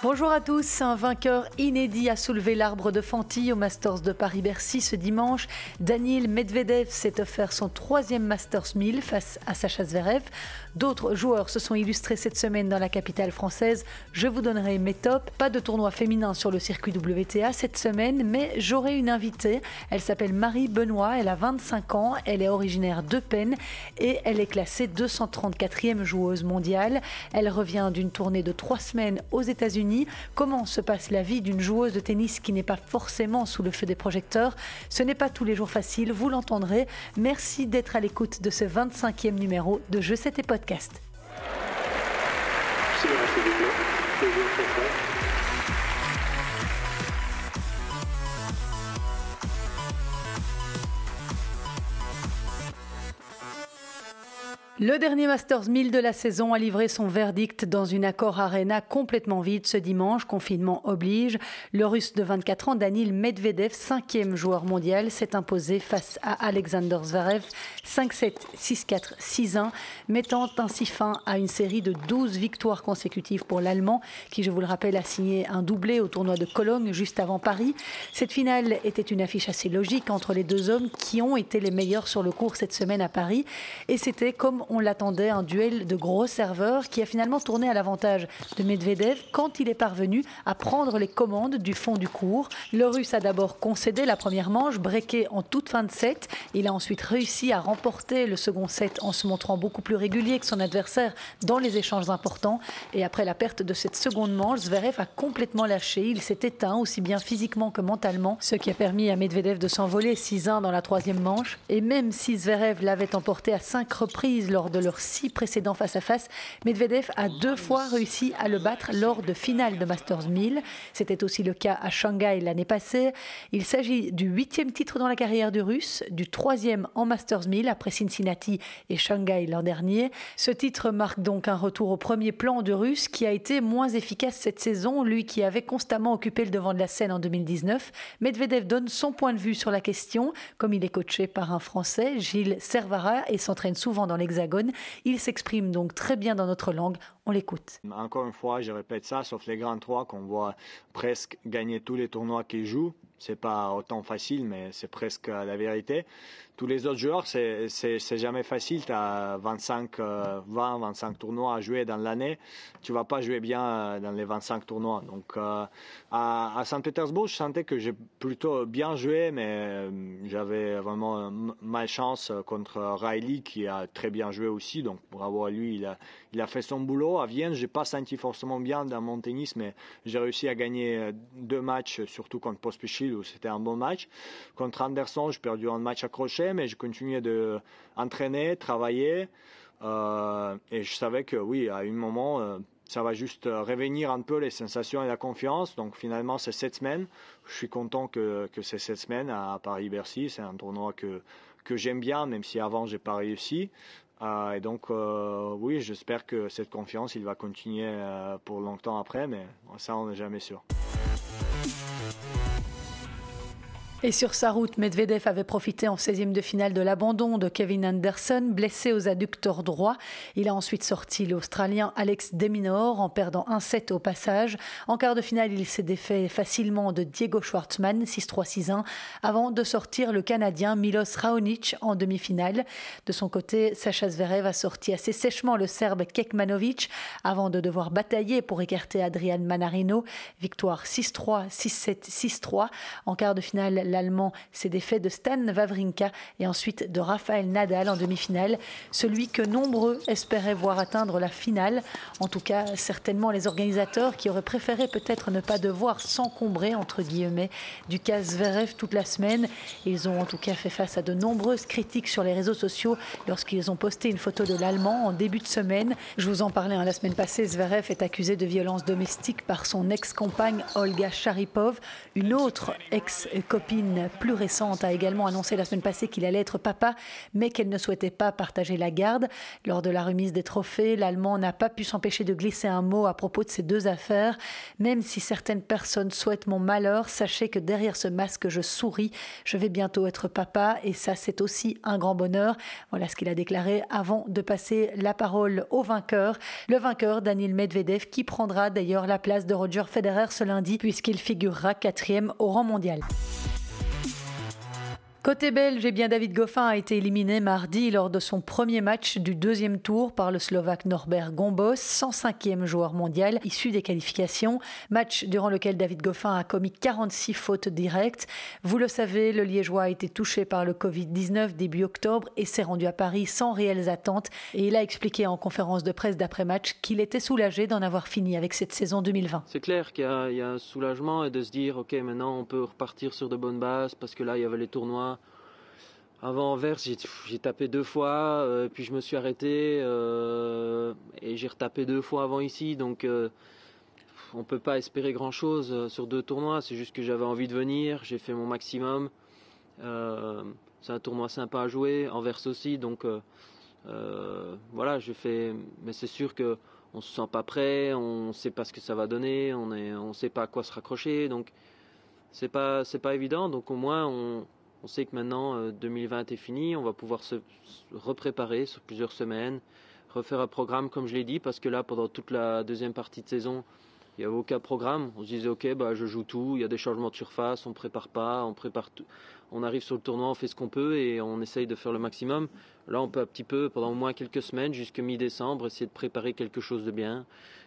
Bonjour à tous, un vainqueur inédit a soulevé l'arbre de Fantilles au Masters de Paris-Bercy ce dimanche. Daniil Medvedev s'est offert son 3e Masters 1000 face à Sacha Zverev. D'autres joueurs se sont illustrés cette semaine dans la capitale française. Je vous donnerai mes tops. Pas de tournoi féminin sur le circuit WTA cette semaine, mais j'aurai une invitée. Elle s'appelle Marie Benoît, elle a 25 ans, elle est originaire d'Eupen et elle est classée 234e joueuse mondiale. Elle revient d'une tournée de 3 semaines aux États-Unis. Comment se passe la vie d'une joueuse de tennis qui n'est pas forcément sous le feu des projecteurs? Ce n'est pas tous les jours facile, vous l'entendrez. Merci d'être à l'écoute de ce 25e numéro de Je sais tes podcasts. Le dernier Masters 1000 de la saison a livré son verdict dans une Accor Arena complètement vide ce dimanche, confinement oblige. Le Russe de 24 ans, Daniil Medvedev, 5e joueur mondial, s'est imposé face à Alexander Zverev 5-7, 6-4, 6-1, mettant ainsi fin à une série de 12 victoires consécutives pour l'Allemand, qui, je vous le rappelle, a signé un doublé au tournoi de Cologne juste avant Paris. Cette finale était une affiche assez logique entre les deux hommes qui ont été les meilleurs sur le court cette semaine à Paris, et c'était comme on l'attendait, un duel de gros serveurs qui a finalement tourné à l'avantage de Medvedev quand il est parvenu à prendre les commandes du fond du court. Le Russe a d'abord concédé la première manche, breaké en toute fin de set. Il a ensuite réussi à remporter le second set en se montrant beaucoup plus régulier que son adversaire dans les échanges importants. Et après la perte de cette seconde manche, Zverev a complètement lâché. Il s'est éteint aussi bien physiquement que mentalement, ce qui a permis à Medvedev de s'envoler 6-1 dans la troisième manche. Et même si Zverev l'avait emporté à 5 reprises lors de leurs 6 précédents face-à-face, Medvedev a 2 fois réussi à le battre lors de finales de Masters 1000. C'était aussi le cas à Shanghai l'année passée. Il s'agit du 8e titre dans la carrière du Russe, du 3e en Masters 1000 après Cincinnati et Shanghai l'an dernier. Ce titre marque donc un retour au premier plan du Russe qui a été moins efficace cette saison, lui qui avait constamment occupé le devant de la scène en 2019. Medvedev donne son point de vue sur la question, comme il est coaché par un Français, Gilles Servara, et s'entraîne souvent dans l'Hexagone. Il s'exprime donc très bien dans notre langue. On l'écoute. Encore une fois, je répète ça, sauf les grands trois qu'on voit presque gagner tous les tournois qu'ils jouent. C'est pas autant facile, mais c'est presque la vérité. Tous les autres joueurs, c'est jamais facile. Tu as 25 tournois à jouer dans l'année. Tu vas pas jouer bien dans les 25 tournois. Donc, à Saint-Pétersbourg, je sentais que j'ai plutôt bien joué, mais j'avais vraiment malchance contre Riley, qui a très bien joué aussi. Donc, bravo à lui, il a fait son boulot. À Vienne, j'ai pas senti forcément bien dans mon tennis, mais j'ai réussi à gagner 2 matchs, surtout contre Pospisil, où c'était un bon match. Contre Anderson, j'ai perdu un match accroché, mais je continuais d'entraîner, travailler. Et je savais que oui, à un moment, ça va juste revenir un peu les sensations et la confiance. Donc finalement, c'est 7 semaines. Je suis content que c'est 7 semaines à Paris-Bercy. C'est un tournoi que j'aime bien, même si avant, j'ai pas réussi. Et donc, oui, j'espère que cette confiance, il va continuer pour longtemps après, mais ça, on n'est jamais sûr. Et sur sa route, Medvedev avait profité en 16e de finale de l'abandon de Kevin Anderson, blessé aux adducteurs droits. Il a ensuite sorti l'Australien Alex de Minaur en perdant 1-7 au passage. En quart de finale, il s'est défait facilement de Diego Schwartzmann, 6-3, 6-1, avant de sortir le Canadien Milos Raonic en demi-finale. De son côté, Sacha Zverev a sorti assez sèchement le Serbe Kekmanovic avant de devoir batailler pour écarter Adrian Manarino. Victoire 6-3, 6-7, 6-3. En quart de finale, l'Allemand s'est défait de Stan Wawrinka et ensuite de Rafael Nadal en demi-finale, celui que nombreux espéraient voir atteindre la finale. En tout cas, certainement les organisateurs qui auraient préféré peut-être ne pas devoir s'encombrer, entre guillemets, du cas Zverev toute la semaine. Ils ont en tout cas fait face à de nombreuses critiques sur les réseaux sociaux lorsqu'ils ont posté une photo de l'Allemand en début de semaine. Je vous en parlais la semaine passée, Zverev est accusé de violence domestique par son ex-compagne Olga Sharipov, une autre ex-copine copine plus récente a également annoncé la semaine passée qu'il allait être papa, mais qu'elle ne souhaitait pas partager la garde. Lors de la remise des trophées, l'Allemand n'a pas pu s'empêcher de glisser un mot à propos de ces deux affaires. Même si certaines personnes souhaitent mon malheur, sachez que derrière ce masque, je souris. Je vais bientôt être papa et ça, c'est aussi un grand bonheur. Voilà ce qu'il a déclaré avant de passer la parole au vainqueur. Le vainqueur, Daniil Medvedev, qui prendra d'ailleurs la place de Roger Federer ce lundi, puisqu'il figurera 4e au rang mondial. Côté belge, David Goffin a été éliminé mardi lors de son premier match du deuxième tour par le Slovaque Norbert Gombos, 105e joueur mondial issu des qualifications. Match durant lequel David Goffin a commis 46 fautes directes. Vous le savez, le Liégeois a été touché par le Covid-19 début octobre et s'est rendu à Paris sans réelles attentes. Et il a expliqué en conférence de presse d'après-match qu'il était soulagé d'en avoir fini avec cette saison 2020. C'est clair qu'il y a un soulagement et de se dire ok, maintenant on peut repartir sur de bonnes bases parce que là il y avait les tournois. Avant Anvers, j'ai tapé 2 fois, puis je me suis arrêté et j'ai retapé 2 fois avant ici. Donc on ne peut pas espérer grand-chose sur 2 tournois. C'est juste que j'avais envie de venir, j'ai fait mon maximum. C'est un tournoi sympa à jouer, Anvers aussi. Donc voilà, j'ai fait. Mais c'est sûr qu'on ne se sent pas prêt, on ne sait pas ce que ça va donner, on ne sait pas à quoi se raccrocher. Donc c'est pas évident. Donc au moins on sait que maintenant 2020 est fini, on va pouvoir se repréparer sur plusieurs semaines, refaire un programme comme je l'ai dit, parce que là pendant toute la deuxième partie de saison, il n'y avait aucun programme. On se disait ok, je joue tout, il y a des changements de surface, on ne prépare pas, on prépare tout. On arrive sur le tournoi, on fait ce qu'on peut et on essaye de faire le maximum. Là on peut un petit peu, pendant au moins quelques semaines, jusqu'à mi-décembre, essayer de préparer quelque chose de bien,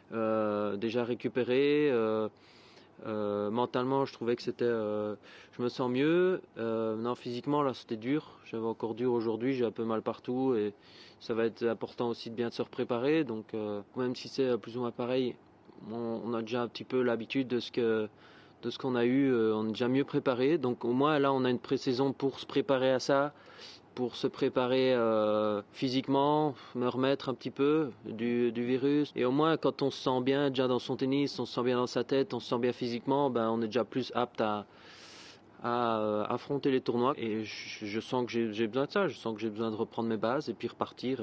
déjà récupérer. Mentalement je trouvais que c'était je me sens mieux. Non, physiquement là c'était dur, j'avais encore dur aujourd'hui, j'ai un peu mal partout et ça va être important aussi de bien se repréparer. Donc même si c'est plus ou moins pareil, on a déjà un petit peu l'habitude de ce qu'on a eu, on est déjà mieux préparé. Donc au moins là on a une pré-saison pour se préparer à ça, pour se préparer physiquement, me remettre un petit peu du virus. Et au moins quand on se sent bien déjà dans son tennis, on se sent bien dans sa tête, on se sent bien physiquement, on est déjà plus apte à affronter les tournois. Et je sens que j'ai besoin de ça, je sens que j'ai besoin de reprendre mes bases et puis repartir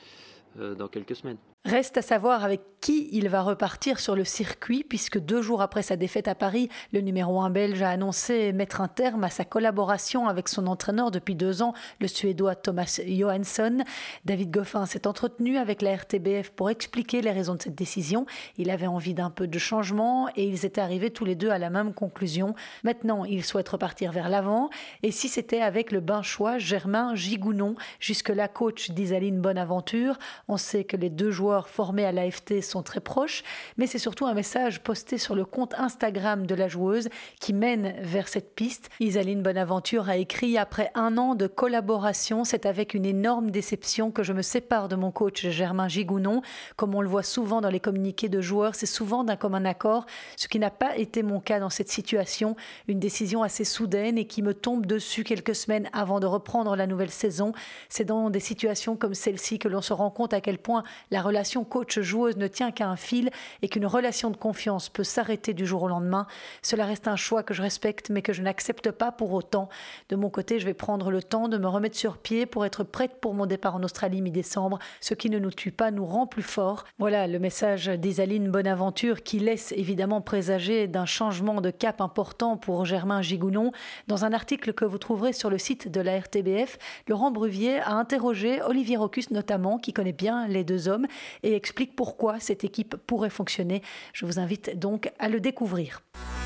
dans quelques semaines. Reste à savoir avec qui il va repartir sur le circuit, puisque 2 jours après sa défaite à Paris, le numéro 1 belge a annoncé mettre un terme à sa collaboration avec son entraîneur depuis 2 ans, le Suédois Thomas Johansson. David Goffin s'est entretenu avec la RTBF pour expliquer les raisons de cette décision. Il avait envie d'un peu de changement et ils étaient arrivés tous les deux à la même conclusion. Maintenant, il souhaite repartir vers l'avant. Et si c'était avec le Binchois Germain Gigounon, jusque-là coach d'Isaline Bonaventure, on sait que les 2 joueurs formés à l'AFT sont très proches, mais c'est surtout un message posté sur le compte Instagram de la joueuse qui mène vers cette piste. Isaline Bonaventure a écrit « Après 1 an de collaboration, c'est avec une énorme déception que je me sépare de mon coach Germain Gigounon. Comme on le voit souvent dans les communiqués de joueurs, c'est souvent d'un commun accord, ce qui n'a pas été mon cas dans cette situation. Une décision assez soudaine et qui me tombe dessus quelques semaines avant de reprendre la nouvelle saison. C'est dans des situations comme celle-ci que l'on se rend compte à quel point la relation coach-joueuse ne tient qu'à un fil et qu'une relation de confiance peut s'arrêter du jour au lendemain. Cela reste un choix que je respecte mais que je n'accepte pas pour autant. De mon côté, je vais prendre le temps de me remettre sur pied pour être prête pour mon départ en Australie mi-décembre. Ce qui ne nous tue pas nous rend plus forts. » Voilà le message d'Isaline Bonaventure qui laisse évidemment présager d'un changement de cap important pour Germain Gigounon. Dans un article que vous trouverez sur le site de la RTBF, Laurent Bruvier a interrogé Olivier Rocus notamment, qui connaît bien les 2 hommes, et explique pourquoi cette équipe pourrait fonctionner. Je vous invite donc à le découvrir.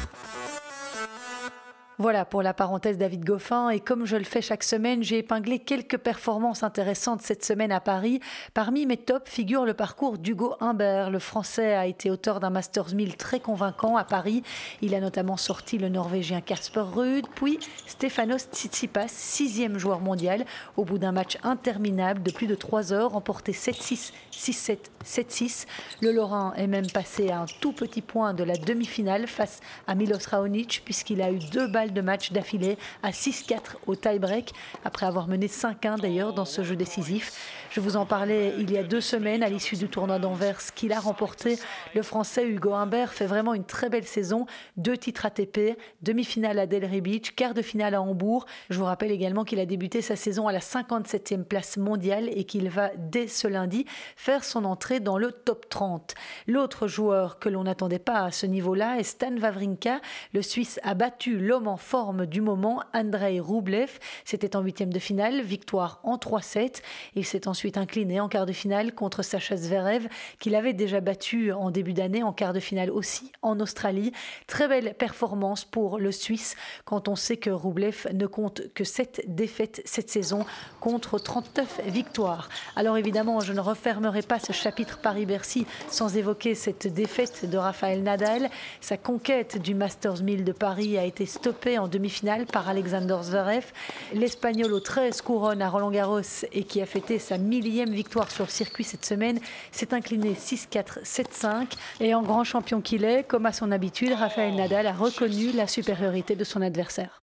Voilà pour la parenthèse David Goffin, et comme je le fais chaque semaine, j'ai épinglé quelques performances intéressantes cette semaine à Paris. Parmi mes tops figure le parcours d'Hugo Humbert. Le Français a été auteur d'un Masters 1000 très convaincant à Paris. Il a notamment sorti le Norvégien Casper Ruud, puis Stefanos Tsitsipas, 6e joueur mondial, au bout d'un match interminable de plus de 3 heures, remporté 7-6, 6-7, 7-6. Le Lorrain est même passé à un tout petit point de la demi-finale face à Milos Raonic, puisqu'il a eu 2 balles de matchs d'affilée à 6-4 au tie-break, après avoir mené 5-1 d'ailleurs dans ce jeu décisif. Je vous en parlais il y a 2 semaines à l'issue du tournoi d'Anvers qu'il a remporté. Le Français Hugo Humbert fait vraiment une très belle saison. 2 titres ATP, demi-finale à Delray Beach, quart de finale à Hambourg. Je vous rappelle également qu'il a débuté sa saison à la 57e place mondiale et qu'il va dès ce lundi faire son entrée dans le top 30. L'autre joueur que l'on n'attendait pas à ce niveau-là est Stan Wawrinka. Le Suisse a battu l'homme en forme du moment, Andrei Rublev. C'était en 8e de finale, victoire en 3-7. Il s'est ensuite incliné en quart de finale contre Sacha Zverev, qu'il avait déjà battu en début d'année, en quart de finale aussi en Australie. Très belle performance pour le Suisse quand on sait que Rublev ne compte que 7 défaites cette saison contre 39 victoires. Alors évidemment, je ne refermerai pas ce chapitre Paris-Bercy sans évoquer cette défaite de Rafael Nadal. Sa conquête du Masters 1000 de Paris a été stoppée en demi-finale par Alexander Zverev. L'Espagnol aux 13 couronnes à Roland-Garros et qui a fêté sa 1000e victoire sur le circuit cette semaine s'est incliné 6-4, 7-5. Et en grand champion qu'il est, comme à son habitude, Rafael Nadal a reconnu la supériorité de son adversaire.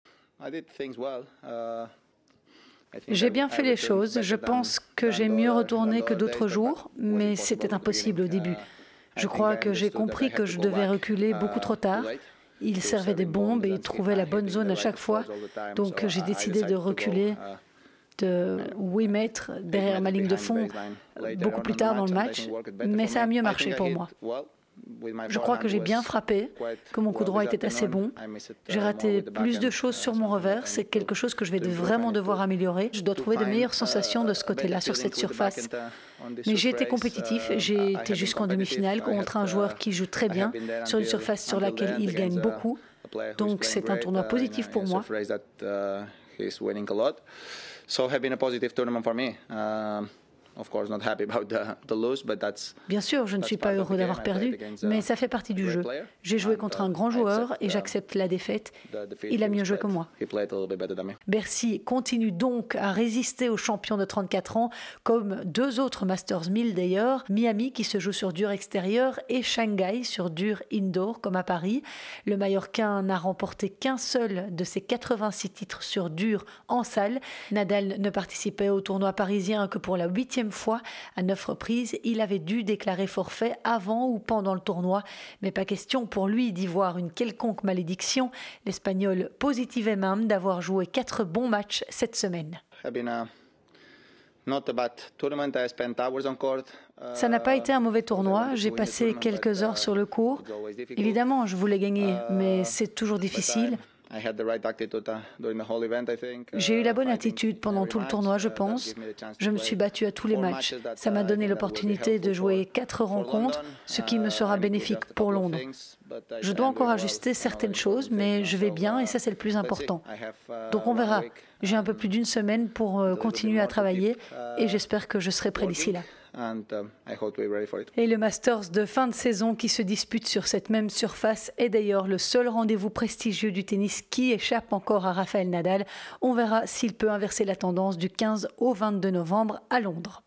J'ai bien fait les choses. Je pense que j'ai mieux retourné que d'autres jours, mais c'était impossible au début. Je crois que j'ai compris que je devais reculer beaucoup trop tard. Il servait des bombes et trouvait la bonne zone à chaque fois. Donc j'ai décidé de reculer de 8 mètres derrière ma ligne de fond beaucoup plus tard dans le match. Mais ça a mieux marché pour moi. Je crois que j'ai bien frappé, que mon coup droit était assez bon. J'ai raté plus de choses sur mon revers. C'est quelque chose que je vais vraiment devoir améliorer. Je dois trouver de meilleures sensations de ce côté-là, sur cette surface. Mais j'ai été compétitif. J'ai été jusqu'en demi-finale contre un joueur qui joue très bien, sur une surface sur laquelle il gagne beaucoup. Donc c'est un tournoi positif pour moi. Bien sûr, je ne suis pas heureux d'avoir perdu, mais ça fait partie du jeu. J'ai joué contre un grand joueur et j'accepte la défaite. Il a mieux joué que moi. Bercy continue donc à résister aux champions de 34 ans, comme 2 autres Masters 1000 d'ailleurs. Miami qui se joue sur dur extérieur et Shanghai sur dur indoor comme à Paris. Le Mallorquin n'a remporté qu'un seul de ses 86 titres sur dur en salle. Nadal ne participait au tournoi parisien que pour la 8e fois. À 9 reprises, il avait dû déclarer forfait avant ou pendant le tournoi, mais pas question pour lui d'y voir une quelconque malédiction. L'Espagnol positivait même d'avoir joué 4 bons matchs cette semaine. Ça n'a pas été un mauvais tournoi, j'ai passé quelques heures sur le court. Évidemment, je voulais gagner, mais c'est toujours difficile. J'ai eu la bonne attitude pendant tout le tournoi, je pense. Je me suis battu à tous les matchs. Ça m'a donné l'opportunité de jouer 4 rencontres, ce qui me sera bénéfique pour Londres. Je dois encore ajuster certaines choses, mais je vais bien et ça, c'est le plus important. Donc on verra. J'ai un peu plus d'1 semaine pour continuer à travailler et j'espère que je serai prêt d'ici là. Et le Masters de fin de saison qui se dispute sur cette même surface est d'ailleurs le seul rendez-vous prestigieux du tennis qui échappe encore à Rafael Nadal. On verra s'il peut inverser la tendance du 15 au 22 novembre à Londres.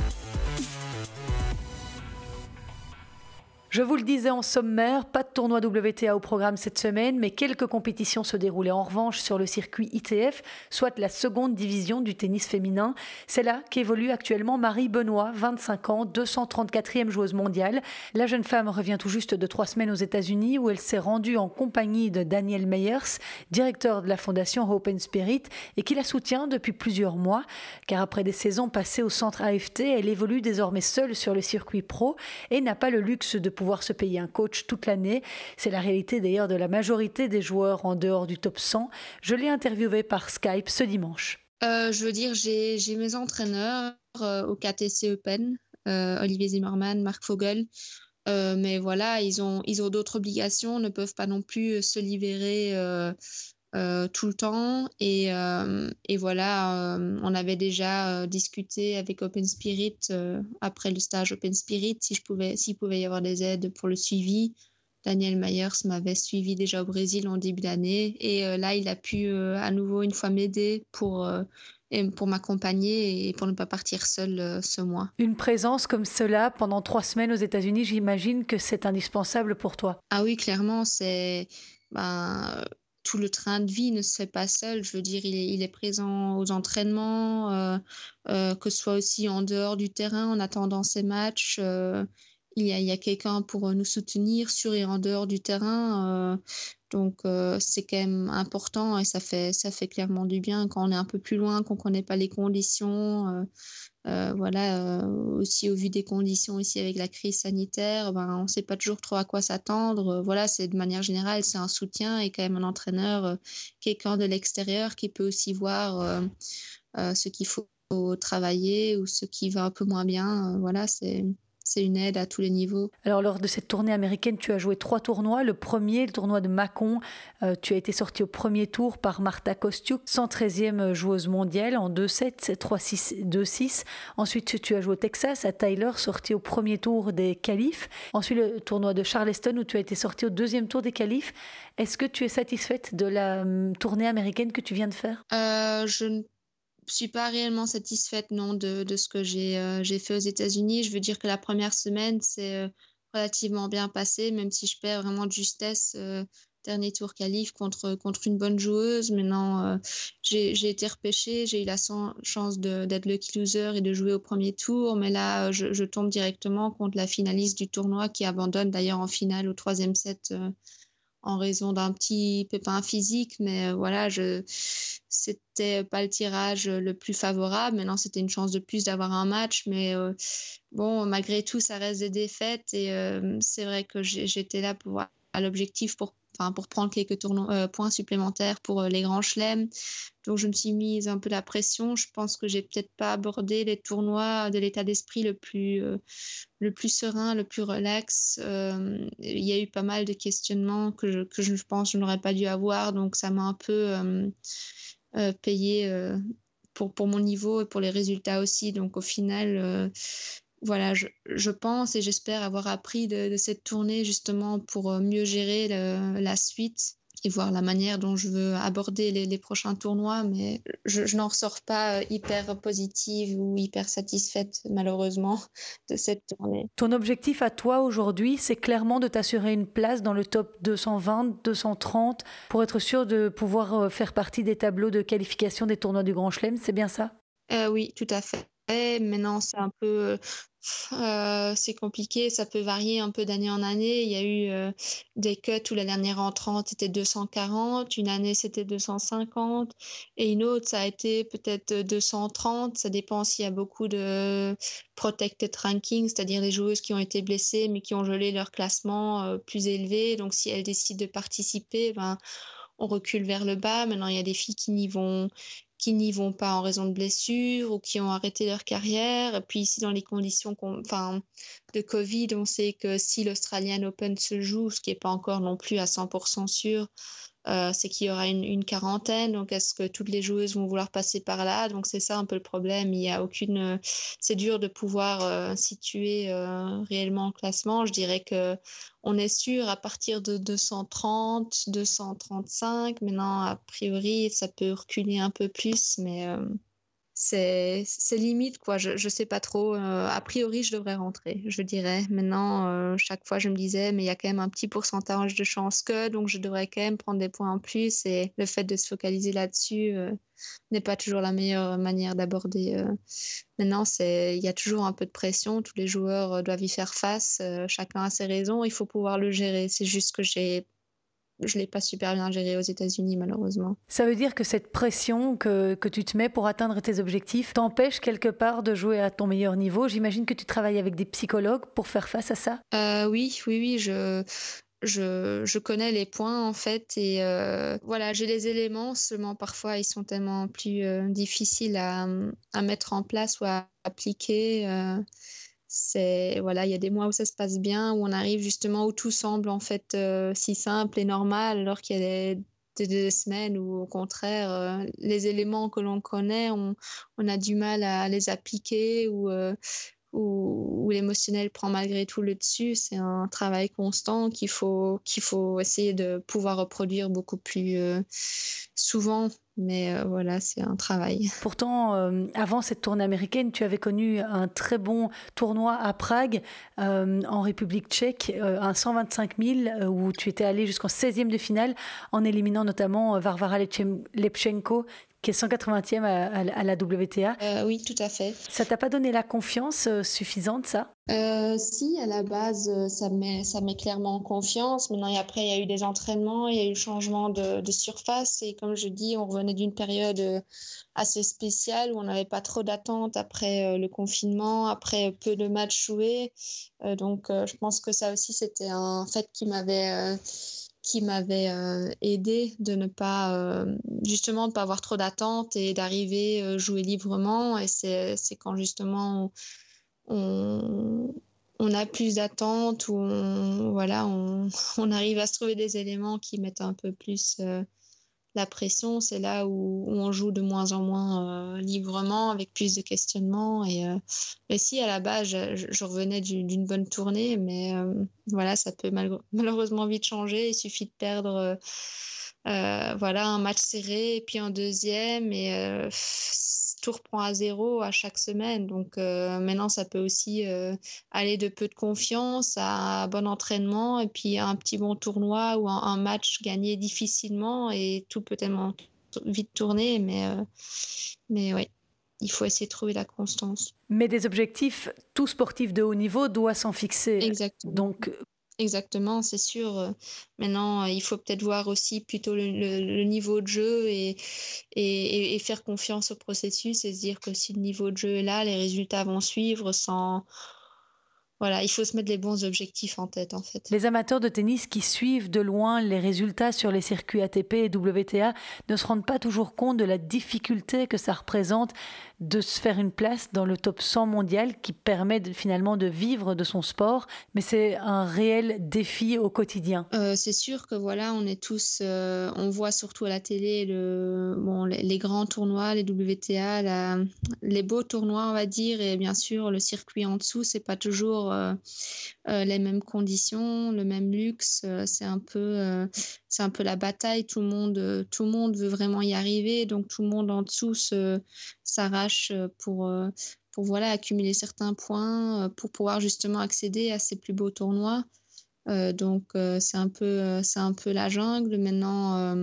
Je vous le disais en sommaire, pas de tournoi WTA au programme cette semaine, mais quelques compétitions se déroulaient en revanche sur le circuit ITF, soit la seconde division du tennis féminin. C'est là qu'évolue actuellement Marie Benoît, 25 ans, 234e joueuse mondiale. La jeune femme revient tout juste de 3 semaines aux États-Unis où elle s'est rendue en compagnie de Daniel Meyers, directeur de la fondation Hope and Spirit, et qui la soutient depuis plusieurs mois. Car après des saisons passées au centre AFT, elle évolue désormais seule sur le circuit pro et n'a pas le luxe de pouvoir se payer un coach toute l'année. C'est la réalité d'ailleurs de la majorité des joueurs en dehors du top 100. Je l'ai interviewée par Skype ce dimanche. J'ai mes entraîneurs au KTC Open, Olivier Zimmermann, Marc Vogel. Mais voilà, ils ont d'autres obligations, ne peuvent pas non plus se libérer tout le temps. Et voilà, on avait déjà discuté avec Open Spirit après le stage Open Spirit s'il pouvait y avoir des aides pour le suivi. Daniel Meyers m'avait suivi déjà au Brésil en début d'année et là il a pu à nouveau une fois m'aider pour m'accompagner et pour ne pas partir seul ce mois. Une présence comme cela pendant 3 semaines aux États-Unis, j'imagine que c'est indispensable pour toi. Ah oui, clairement, tout le train de vie ne se fait pas seul. Je veux dire, il est présent aux entraînements, que ce soit aussi en dehors du terrain, en attendant ses matchs. Il y a quelqu'un pour nous soutenir sur et en dehors du terrain. Donc, c'est quand même important et ça fait clairement du bien quand on est un peu plus loin, qu'on ne connaît pas les conditions. Aussi au vu des conditions ici avec la crise sanitaire, on ne sait pas toujours trop à quoi s'attendre. C'est de manière générale, c'est un soutien et quand même un entraîneur, quelqu'un de l'extérieur qui peut aussi voir ce qu'il faut travailler ou ce qui va un peu moins bien. C'est une aide à tous les niveaux. Alors, lors de cette tournée américaine, tu as joué 3 tournois. Le premier, le tournoi de Mâcon, tu as été sortie au premier tour par Marta Kostiuk, 113e joueuse mondiale en 2-7, 3-6, 2-6. Ensuite, tu as joué au Texas, à Tyler, sortie au premier tour des qualifs. Ensuite, le tournoi de Charleston, où tu as été sortie au deuxième tour des qualifs. Est-ce que tu es satisfaite de la tournée américaine que tu viens de faire ? Je ne suis pas réellement satisfaite non de ce que j'ai fait aux États-Unis. Je veux dire que la première semaine c'est relativement bien passé, même si je perds vraiment de justesse dernier tour qualif contre une bonne joueuse. Maintenant j'ai été repêchée, j'ai eu la chance d'être lucky loser et de jouer au premier tour, mais là je tombe directement contre la finaliste du tournoi qui abandonne d'ailleurs en finale au 3e set en raison d'un petit pépin physique, mais c'était pas le tirage le plus favorable. Maintenant, c'était une chance de plus d'avoir un match, mais malgré tout, ça reste des défaites et c'est vrai que j'étais là à l'objectif pour prendre quelques points supplémentaires pour les grands chelems. Donc, je me suis mise un peu la pression. Je pense que j'ai peut-être pas abordé les tournois de l'état d'esprit le plus serein, le plus relax. Il y a eu pas mal de questionnements que je pense que je n'aurais pas dû avoir. Donc, ça m'a un peu payé pour mon niveau et pour les résultats aussi. Donc, au final... je pense et j'espère avoir appris de cette tournée justement pour mieux gérer la suite et voir la manière dont je veux aborder les prochains tournois, mais je n'en ressors pas hyper positive ou hyper satisfaite malheureusement de cette tournée. Ton objectif à toi aujourd'hui, c'est clairement de t'assurer une place dans le top 220, 230 pour être sûr de pouvoir faire partie des tableaux de qualification des tournois du Grand Chelem, c'est bien ça ? Oui, tout à fait. Maintenant, c'est un peu... c'est compliqué, ça peut varier un peu d'année en année. Il y a eu des cuts où la dernière entrante était 240, une année c'était 250 et une autre ça a été peut-être 230. Ça dépend s'il y a beaucoup de protected ranking, c'est-à-dire les joueuses qui ont été blessées mais qui ont gelé leur classement plus élevé. Donc si elles décident de participer, on recule vers le bas. Maintenant, il y a des filles qui n'y vont pas en raison de blessures ou qui ont arrêté leur carrière. Et puis ici, dans les conditions de Covid, on sait que si l'Australian Open se joue, ce qui n'est pas encore non plus à 100% sûr, c'est qu'il y aura une quarantaine. Donc, est-ce que toutes les joueuses vont vouloir passer par là ? Donc, c'est ça un peu le problème. Il y a aucune... C'est dur de pouvoir situer réellement le classement. Je dirais que on est sûr à partir de 230, 235. Maintenant, a priori, ça peut reculer un peu plus, mais c'est limite, quoi. Je sais pas trop. A priori, je devrais rentrer, je dirais. Maintenant, chaque fois, je me disais, mais il y a quand même un petit pourcentage de chance donc je devrais quand même prendre des points en plus. Et le fait de se focaliser là-dessus n'est pas toujours la meilleure manière d'aborder. Maintenant, il y a toujours un peu de pression. Tous les joueurs doivent y faire face. Chacun a ses raisons. Il faut pouvoir le gérer. C'est juste que je ne l'ai pas super bien géré aux États-Unis, malheureusement. Ça veut dire que cette pression que tu te mets pour atteindre tes objectifs t'empêche quelque part de jouer à ton meilleur niveau. J'imagine que tu travailles avec des psychologues pour faire face à ça. Oui, je connais les points en fait et j'ai les éléments, seulement parfois ils sont tellement plus difficiles à mettre en place ou à appliquer. Il y a des mois où ça se passe bien, où on arrive justement où tout semble en fait si simple et normal, alors qu'il y a des semaines où au contraire les éléments que l'on connaît, on a du mal à les appliquer ou où l'émotionnel prend malgré tout le dessus. C'est un travail constant qu'il faut essayer de pouvoir reproduire beaucoup plus souvent. Mais voilà, c'est un travail. Pourtant, avant cette tournée américaine, tu avais connu un très bon tournoi à Prague, en République tchèque, un 125 000, où tu étais allé jusqu'en 16e de finale, en éliminant notamment Varvara Lepchenko, qui est 180e à la WTA. Oui, tout à fait. Ça t'a pas donné la confiance suffisante, ça ? Si, à la base, ça met clairement en confiance. Maintenant, après, il y a eu des entraînements, il y a eu le changement de surface. Et comme je dis, on revenait d'une période assez spéciale où on n'avait pas trop d'attentes après le confinement, après peu de matchs joués. Donc, je pense que ça aussi, c'était un fait qui m'avait aidé de ne pas justement de pas avoir trop d'attentes et d'arriver jouer librement. Et c'est quand justement on a plus d'attentes ou on arrive à se trouver des éléments qui mettent un peu plus la pression. C'est là où on joue de moins en moins librement, avec plus de questionnements. Mais si, à la base, je revenais d'une bonne tournée, mais voilà, ça peut malheureusement vite changer. Il suffit de perdre un match serré, et puis un deuxième, et tout reprend à zéro à chaque semaine. Donc maintenant, ça peut aussi aller de peu de confiance à bon entraînement, et puis un petit bon tournoi ou un match gagné difficilement, et tout peut tellement vite tourner. Mais oui, il faut essayer de trouver la constance. Mais des objectifs, tout sportif de haut niveau doit s'en fixer. Exactement. Donc, exactement, c'est sûr. Maintenant, il faut peut-être voir aussi plutôt le niveau de jeu et faire confiance au processus, et se dire que si le niveau de jeu est là, les résultats vont suivre sans... Voilà, il faut se mettre les bons objectifs en tête, en fait. Les amateurs de tennis qui suivent de loin les résultats sur les circuits ATP et WTA ne se rendent pas toujours compte de la difficulté que ça représente de se faire une place dans le top 100 mondial, qui permet finalement de vivre de son sport. Mais c'est un réel défi au quotidien. C'est sûr que voilà, on est tous, on voit surtout à la télé les grands tournois, les WTA, les beaux tournois, on va dire, et bien sûr le circuit en dessous, c'est pas toujours les mêmes conditions, le même luxe. C'est un peu la bataille. Tout le monde veut vraiment y arriver, donc tout le monde en dessous s'arrache pour voilà, accumuler certains points pour pouvoir justement accéder à ces plus beaux tournois. Donc c'est un peu la jungle. Maintenant,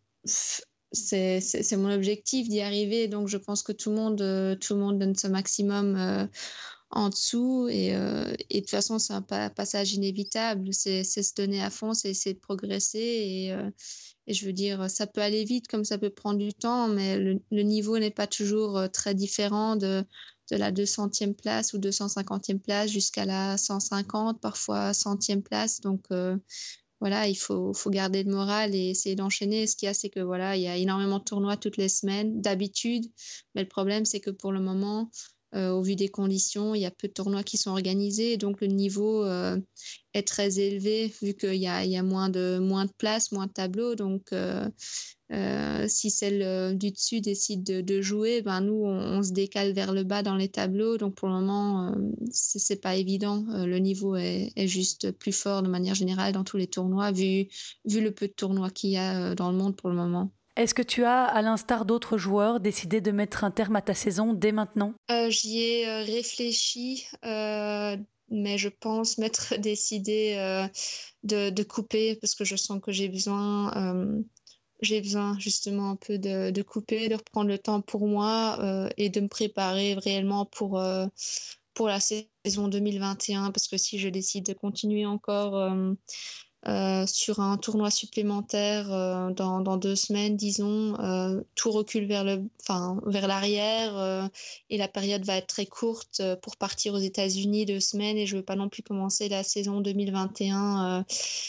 c'est mon objectif d'y arriver, donc je pense que tout le monde donne ce maximum en dessous, et de toute façon c'est un passage inévitable. C'est se donner à fond, c'est essayer de progresser, et je veux dire, ça peut aller vite comme ça peut prendre du temps, mais le niveau n'est pas toujours très différent de la 200e place ou 250e place jusqu'à la 150, parfois 100e place. Donc voilà, il faut garder le moral et essayer d'enchaîner. Ce qu'il y a, c'est que voilà, il y a énormément de tournois toutes les semaines d'habitude, mais le problème, c'est que pour le moment, au vu des conditions, il y a peu de tournois qui sont organisés, donc le niveau est très élevé vu qu'il y a moins de places, moins de tableaux. Donc si celle du dessus décide de jouer, ben nous on se décale vers le bas dans les tableaux. Donc pour le moment c'est pas évident. Le niveau est juste plus fort de manière générale dans tous les tournois, vu le peu de tournois qu'il y a dans le monde pour le moment. Est-ce que tu as, à l'instar d'autres joueurs, décidé de mettre un terme à ta saison dès maintenant ? J'y ai réfléchi, mais je pense m'être décidée de couper, parce que je sens que j'ai besoin justement un peu de couper, de reprendre le temps pour moi et de me préparer réellement pour la saison 2021, parce que si je décide de continuer encore sur un tournoi supplémentaire dans 2 semaines, disons, tout recule vers l'arrière, et la période va être très courte pour partir aux États-Unis 2 semaines, et je veux pas non plus commencer la saison 2021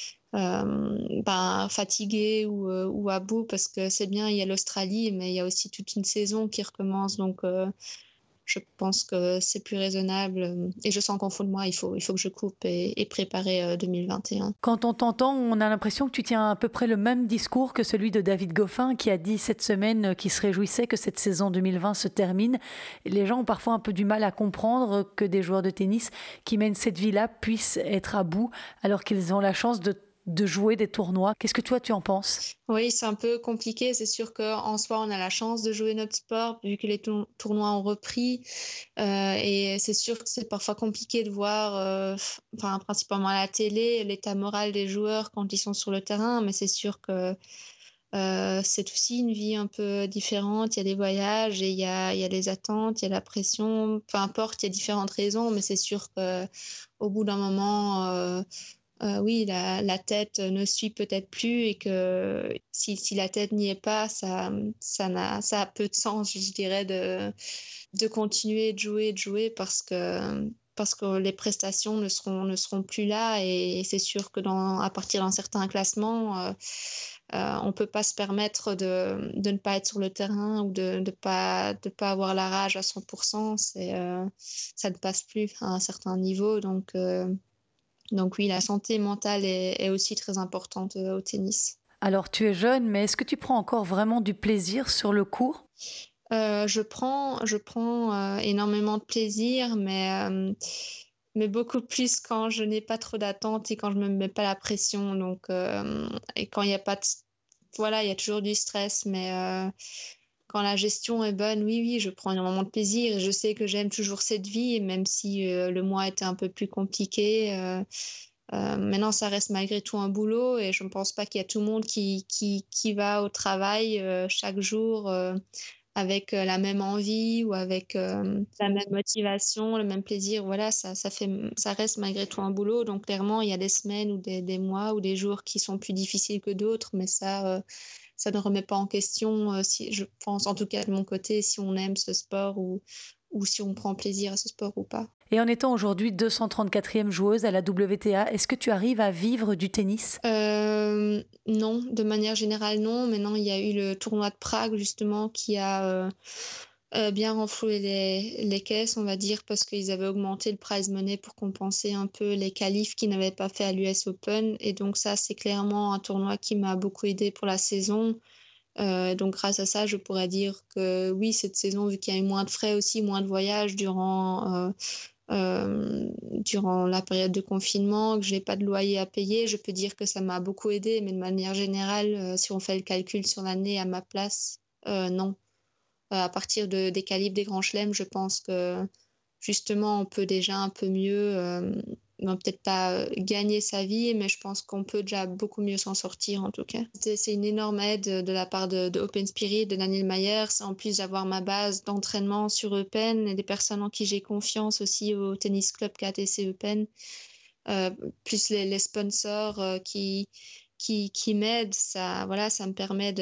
fatiguée ou à bout, parce que c'est bien, il y a l'Australie, mais il y a aussi toute une saison qui recommence. Donc Je pense que c'est plus raisonnable et je sens qu'en fond de moi, il faut que je coupe et préparer 2021. Quand on t'entend, on a l'impression que tu tiens à peu près le même discours que celui de David Goffin qui a dit cette semaine qu'il se réjouissait que cette saison 2020 se termine. Les gens ont parfois un peu du mal à comprendre que des joueurs de tennis qui mènent cette vie-là puissent être à bout alors qu'ils ont la chance de jouer des tournois. Qu'est-ce que toi tu en penses ? Oui, c'est un peu compliqué. C'est sûr qu'en soi, on a la chance de jouer notre sport vu que les tournois ont repris. Et c'est sûr que c'est parfois compliqué de voir, principalement à la télé, l'état moral des joueurs quand ils sont sur le terrain. Mais c'est sûr que c'est aussi une vie un peu différente. Il y a des voyages et il y a les attentes, il y a la pression. Peu importe, il y a différentes raisons. Mais c'est sûr qu'au bout d'un moment... oui, la tête ne suit peut-être plus et que si la tête n'y est pas, ça a peu de sens, je dirais, de continuer de jouer parce que les prestations ne seront plus là et c'est sûr que à partir d'un certain classement, on ne peut pas se permettre de ne pas être sur le terrain ou de ne pas avoir la rage à 100%. Ça ne passe plus à un certain niveau, donc oui, la santé mentale est aussi très importante au tennis. Alors tu es jeune, mais est-ce que tu prends encore vraiment du plaisir sur le court ? Je prends énormément de plaisir, mais beaucoup plus quand je n'ai pas trop d'attentes et quand je ne me mets pas la pression. Donc, et quand il n'y a pas voilà, il y a toujours du stress, mais... Quand la gestion est bonne, oui, je prends énormément de plaisir et je sais que j'aime toujours cette vie, même si le mois était un peu plus compliqué. Maintenant, ça reste malgré tout un boulot et je ne pense pas qu'il y a tout le monde qui va au travail chaque jour avec la même envie ou avec la même motivation, le même plaisir. Voilà, ça reste malgré tout un boulot. Donc, clairement, il y a des semaines ou des mois ou des jours qui sont plus difficiles que d'autres, mais ça ne remet pas en question, si, je pense, en tout cas de mon côté, si on aime ce sport ou si on prend plaisir à ce sport ou pas. Et en étant aujourd'hui 234e joueuse à la WTA, est-ce que tu arrives à vivre du tennis ? Non, de manière générale, non. Maintenant, il y a eu le tournoi de Prague, justement, qui a bien renfloué les caisses, on va dire, parce qu'ils avaient augmenté le prize money pour compenser un peu les qualifs qu'ils n'avaient pas fait à l'US Open. Et donc ça, c'est clairement un tournoi qui m'a beaucoup aidé pour la saison. Donc grâce à ça, je pourrais dire que oui, cette saison, vu qu'il y a eu moins de frais aussi, moins de voyages durant la période de confinement, que je n'ai pas de loyer à payer, je peux dire que ça m'a beaucoup aidé. Mais de manière générale, si on fait le calcul sur l'année à ma place, non. À partir des qualifs des grands chelems, je pense que justement on peut déjà un peu mieux, peut-être pas gagner sa vie, mais je pense qu'on peut déjà beaucoup mieux s'en sortir en tout cas. C'est une énorme aide de la part de Open Spirit, de Daniel Mayer. C'est en plus d'avoir ma base d'entraînement sur Open et des personnes en qui j'ai confiance aussi au tennis club KTC Open, plus les sponsors qui m'aident. Ça me permet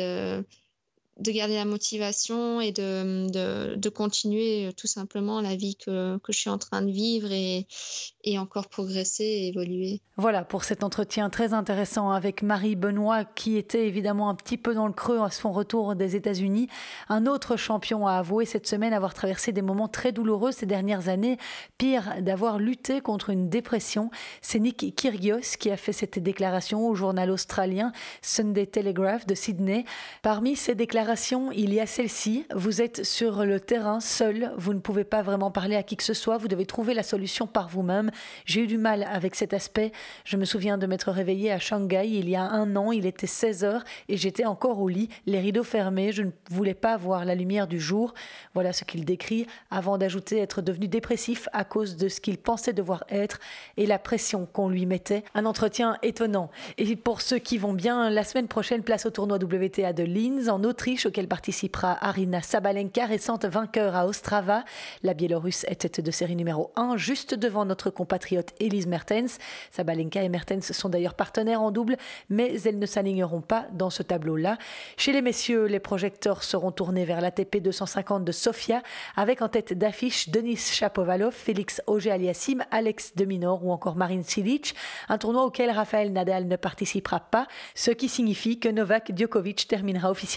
de garder la motivation et de continuer tout simplement la vie que je suis en train de vivre et encore progresser et évoluer. Voilà pour cet entretien très intéressant avec Marie Benoît qui était évidemment un petit peu dans le creux à son retour des États-Unis. Un autre champion a avoué cette semaine avoir traversé des moments très douloureux ces dernières années, pire d'avoir lutté contre une dépression. C'est Nick Kyrgios qui a fait cette déclaration au journal australien Sunday Telegraph de Sydney. Parmi ces déclarations, il y a celle-ci: vous êtes sur le terrain seul, vous ne pouvez pas vraiment parler à qui que ce soit, vous devez trouver la solution par vous-même. J'ai eu du mal avec cet aspect. Je me souviens de m'être réveillée à Shanghai il y a 1 an, il était 16h et j'étais encore au lit, les rideaux fermés, je ne voulais pas voir la lumière du jour. Voilà ce qu'il décrit avant d'ajouter être devenu dépressif à cause de ce qu'il pensait devoir être et la pression qu'on lui mettait. Un entretien étonnant. Et pour ceux qui vont bien, la semaine prochaine, place au tournoi WTA de Linz en Autriche auquel participera Aryna Sabalenka, récente vainqueur à Ostrava. La Biélorusse est tête de série numéro 1, juste devant notre compatriote Elise Mertens. Sabalenka et Mertens sont d'ailleurs partenaires en double, mais elles ne s'aligneront pas dans ce tableau-là. Chez les messieurs, les projecteurs seront tournés vers l'ATP 250 de Sofia, avec en tête d'affiche Denis Shapovalov, Félix Auger-Aliassime, Alex de Minaur ou encore Marin Cilic. Un tournoi auquel Rafael Nadal ne participera pas, ce qui signifie que Novak Djokovic terminera officiellement la saison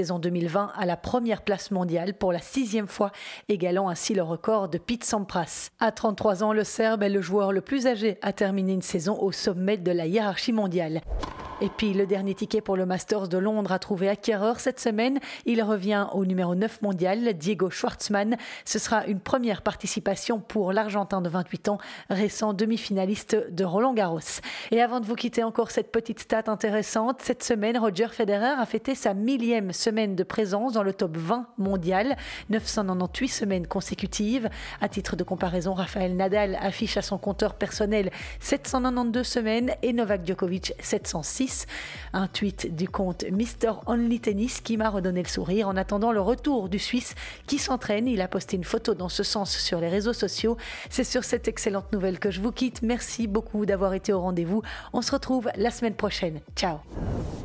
saison 2020 à la première place mondiale pour la 6e fois, égalant ainsi le record de Pete Sampras. À 33 ans, le Serbe est le joueur le plus âgé à terminer une saison au sommet de la hiérarchie mondiale. Et puis le dernier ticket pour le Masters de Londres a trouvé acquéreur cette semaine. Il revient au numéro 9 mondial, Diego Schwartzmann. Ce sera une première participation pour l'Argentin de 28 ans, récent demi-finaliste de Roland-Garros. Et avant de vous quitter, encore cette petite stat intéressante. Cette semaine, Roger Federer a fêté sa 1000e semaine de présence dans le top 20 mondial, 998 semaines consécutives. À titre de comparaison, Rafael Nadal affiche à son compteur personnel 792 semaines et Novak Djokovic 706. Un tweet du compte Mr. Only Tennis qui m'a redonné le sourire en attendant le retour du Suisse qui s'entraîne. Il a posté une photo dans ce sens sur les réseaux sociaux. C'est sur cette excellente nouvelle que je vous quitte. Merci beaucoup d'avoir été au rendez-vous. On se retrouve la semaine prochaine. Ciao.